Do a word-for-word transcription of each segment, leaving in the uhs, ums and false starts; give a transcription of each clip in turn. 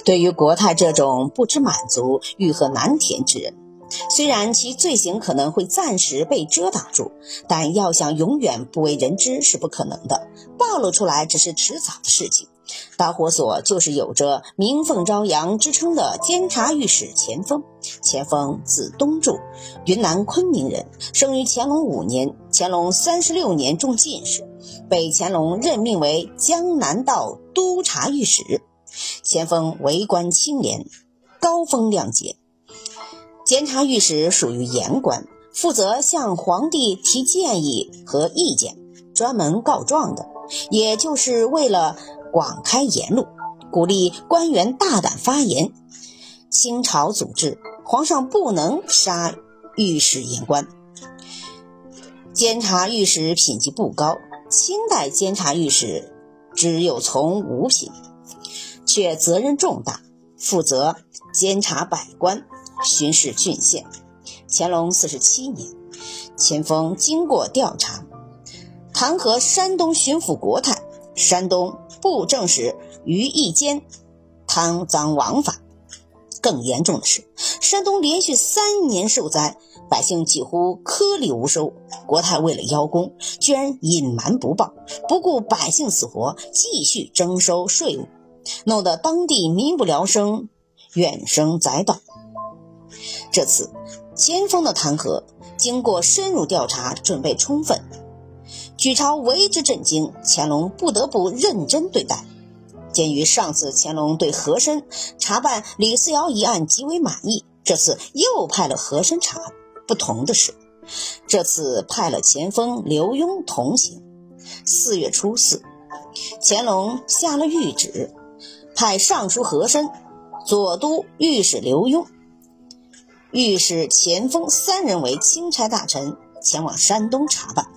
对于国泰这种不知满足、欲壑难填之人，虽然其罪行可能会暂时被遮挡住，但要想永远不为人知是不可能的，暴露出来只是迟早的事情。导火索就是有着名凤朝阳之称的监察御史钱锋。钱锋字东柱，云南昆明人，生于乾隆五年，乾隆三十六年中进士，被乾隆任命为江南道督察御史。钱锋为官清廉，高风亮节。监察御史属于言官，负责向皇帝提建议和意见，专门告状的，也就是为了广开言路，鼓励官员大胆发言。清朝祖制，皇上不能杀御史言官。监察御史品级不高，清代监察御史只有从五品，却责任重大，负责监察百官，巡视郡县。乾隆四十七年，钱锋经过调查，弹劾山东巡抚国泰、山东布政使于义坚贪赃枉法。更严重的是，山东连续三年受灾，百姓几乎颗粒无收，国泰为了邀功，居然隐瞒不报，不顾百姓死活，继续征收税务，弄得当地民不聊生，怨声载道。这次钱锋的弹劾经过深入调查，准备充分，举朝为之震惊，乾隆不得不认真对待。鉴于上次乾隆对和珅查办李思瑶一案极为满意，这次又派了和珅查。不同的是，这次派了钱锋、刘墉同行。四月初四，乾隆下了谕旨，派尚书和珅、左都御史刘墉、御史钱锋三人为钦差大臣前往山东查办。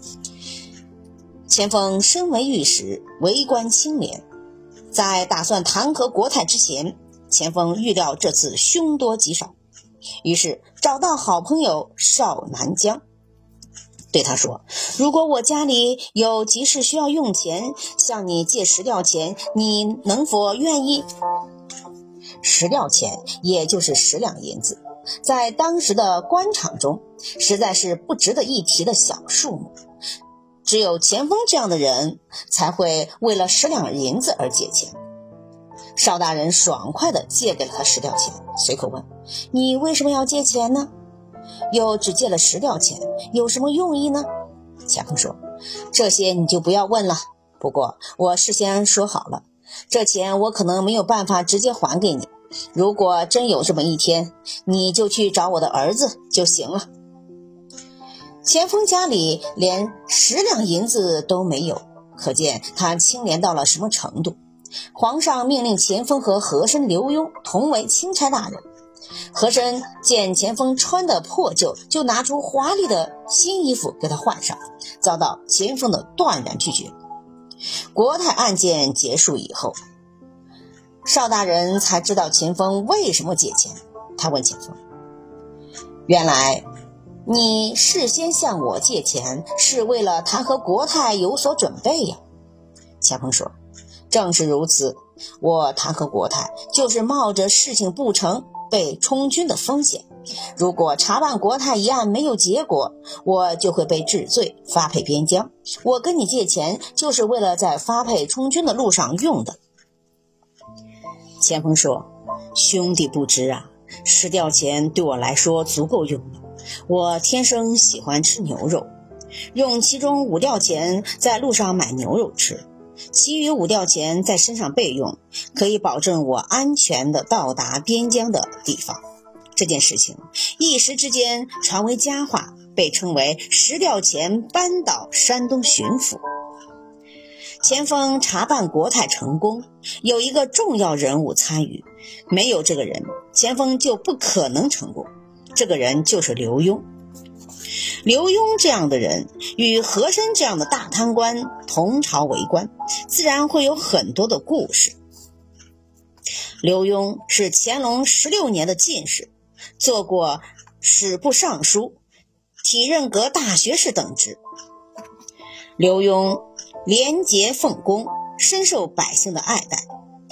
钱锋身为御史，为官清廉，在打算弹劾国泰之前，钱锋预料这次凶多吉少，于是找到好朋友邵南江，对他说，如果我家里有急事需要用钱，向你借十吊钱，你能否愿意？十吊钱也就是十两银子，在当时的官场中实在是不值得一提的小数目，只有钱锋这样的人才会为了十两银子而借钱。邵大人爽快地借给了他十吊钱，随口问，你为什么要借钱呢？又只借了十吊钱，有什么用意呢？钱锋说，这些你就不要问了，不过我事先说好了，这钱我可能没有办法直接还给你，如果真有这么一天，你就去找我的儿子就行了。钱锋家里连十两银子都没有，可见他清廉到了什么程度。皇上命令钱锋和和珅、刘墉同为钦差大人。和珅见钱锋穿的破旧，就拿出华丽的新衣服给他换上，遭到钱锋的断然拒绝。国泰案件结束以后，邵大人才知道钱锋为什么借钱。他问钱锋，原来你事先向我借钱是为了弹劾国泰有所准备呀？钱锋说，正是如此，我弹劾国泰就是冒着事情不成被充军的风险，如果查办国泰一案没有结果，我就会被治罪发配边疆，我跟你借钱就是为了在发配充军的路上用的。钱锋说，兄弟不知啊，十吊钱对我来说足够用了，我天生喜欢吃牛肉，用其中五吊钱在路上买牛肉吃，其余五吊钱在身上备用，可以保证我安全地到达边疆的地方。这件事情一时之间传为佳话，被称为十吊钱扳倒山东巡抚。钱锋查办国泰成功，有一个重要人物参与，没有这个人，钱锋就不可能成功。这个人就是刘墉。刘墉这样的人与和珅这样的大贪官同朝为官，自然会有很多的故事。刘墉是乾隆十六年的进士，做过史部尚书、体任阁大学士等职。刘墉廉洁奉公，深受百姓的爱戴。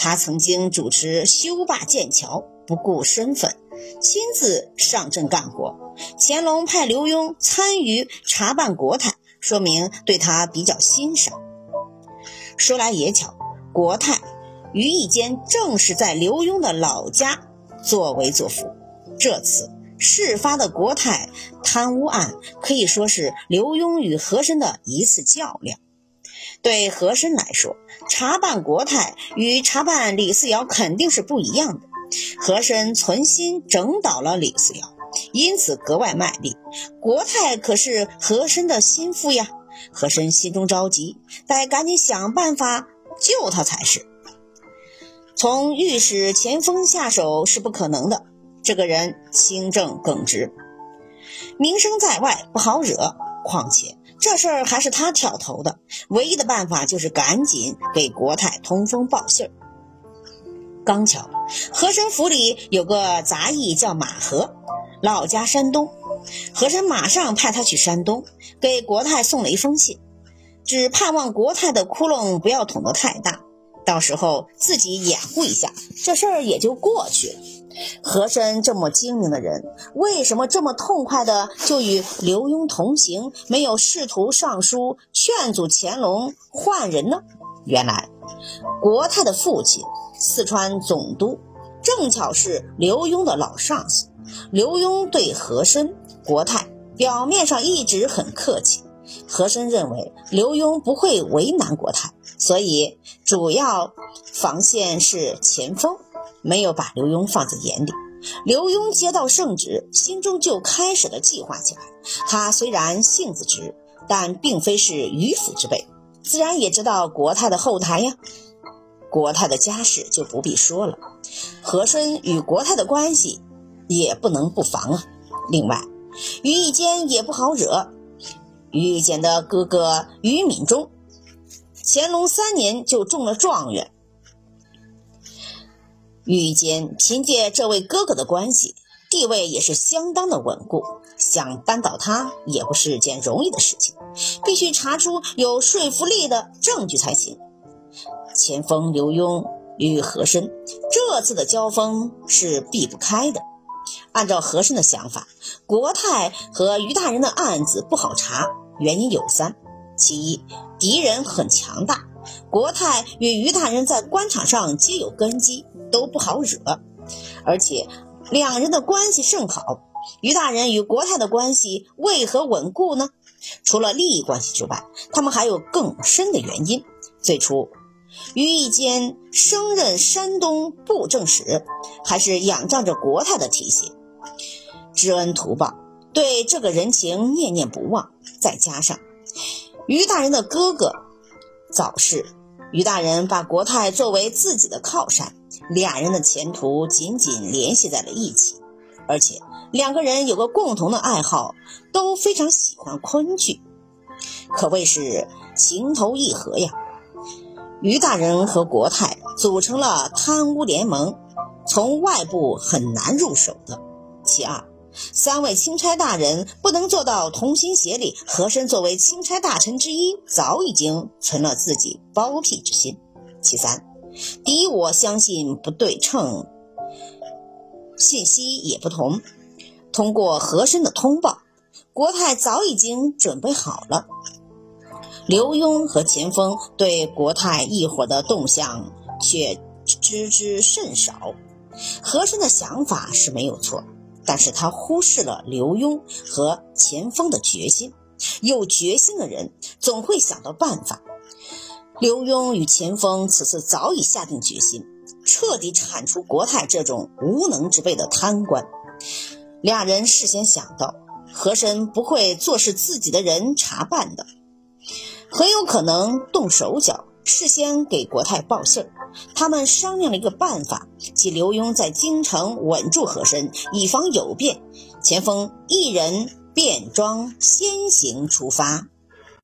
他曾经主持修坝建桥，不顾身份，亲自上阵干活。乾隆派刘墉参与查办国泰，说明对他比较欣赏。说来也巧，国泰于意间正是在刘墉的老家作威作福。这次事发的国泰贪污案可以说是刘墉与和珅的一次较量。对和珅来说，查办国泰与查办李嗣尧肯定是不一样的。和珅存心整倒了李嗣尧，因此格外卖力。国泰可是和珅的心腹呀，和珅心中着急，得赶紧想办法救他才是。从御史钱锋下手是不可能的，这个人清正耿直，名声在外不好惹，况且这事儿还是他挑头的，唯一的办法就是赶紧给国泰通风报信儿。刚巧和珅府里有个杂役叫马和，老家山东，和珅马上派他去山东，给国泰送了一封信，只盼望国泰的窟窿不要捅得太大，到时候自己掩护一下，这事儿也就过去了。和珅这么精明的人，为什么这么痛快的就与刘墉同行，没有试图上书劝阻乾隆换人呢？原来国泰的父亲四川总督正巧是刘墉的老上司，刘墉对和珅、国泰表面上一直很客气，和珅认为刘墉不会为难国泰，所以主要防线是钱锋，没有把刘墉放在眼里。刘墉接到圣旨，心中就开始了计划起来。他虽然性子直，但并非是迂腐之辈，自然也知道国泰的后台呀。国泰的家世就不必说了，和珅与国泰的关系也不能不防啊。另外于意间也不好惹，于意间的哥哥于敏中乾隆三年就中了状元，于意间凭借这位哥哥的关系，地位也是相当的稳固，想扳倒他也不是件容易的事情，必须查出有说服力的证据才行。钱锋、刘墉与和珅这次的交锋是避不开的。按照和珅的想法，国泰和于大人的案子不好查，原因有三：其一，敌人很强大，国泰与于大人在官场上皆有根基，都不好惹，而且两人的关系甚好。于大人与国泰的关系为何稳固呢？除了利益关系之外，他们还有更深的原因。最初于意间升任山东布政使，还是仰仗着国泰的提携，知恩图报，对这个人情念念不忘。再加上于大人的哥哥早逝，于大人把国泰作为自己的靠山，俩人的前途紧紧联系在了一起。而且两个人有个共同的爱好，都非常喜欢昆剧，可谓是情投意合呀。于大人和国泰组成了贪污联盟，从外部很难入手的。其二，三位钦差大人不能做到同心协力，和珅作为钦差大臣之一，早已经存了自己包庇之心。其三，敌我相信不对称，信息也不同。通过和珅的通报，国泰早已经准备好了。刘墉和钱锋对国泰一伙的动向却知之甚少。和珅的想法是没有错，但是他忽视了刘墉和钱锋的决心。有决心的人总会想到办法。刘墉与钱锋此次早已下定决心，彻底铲除国泰这种无能之辈的贪官。俩人事先想到，和珅不会坐视自己的人查办的，很有可能动手脚，事先给国泰报信儿。他们商量了一个办法，即刘墉在京城稳住和珅，以防有变，钱锋一人便装先行出发。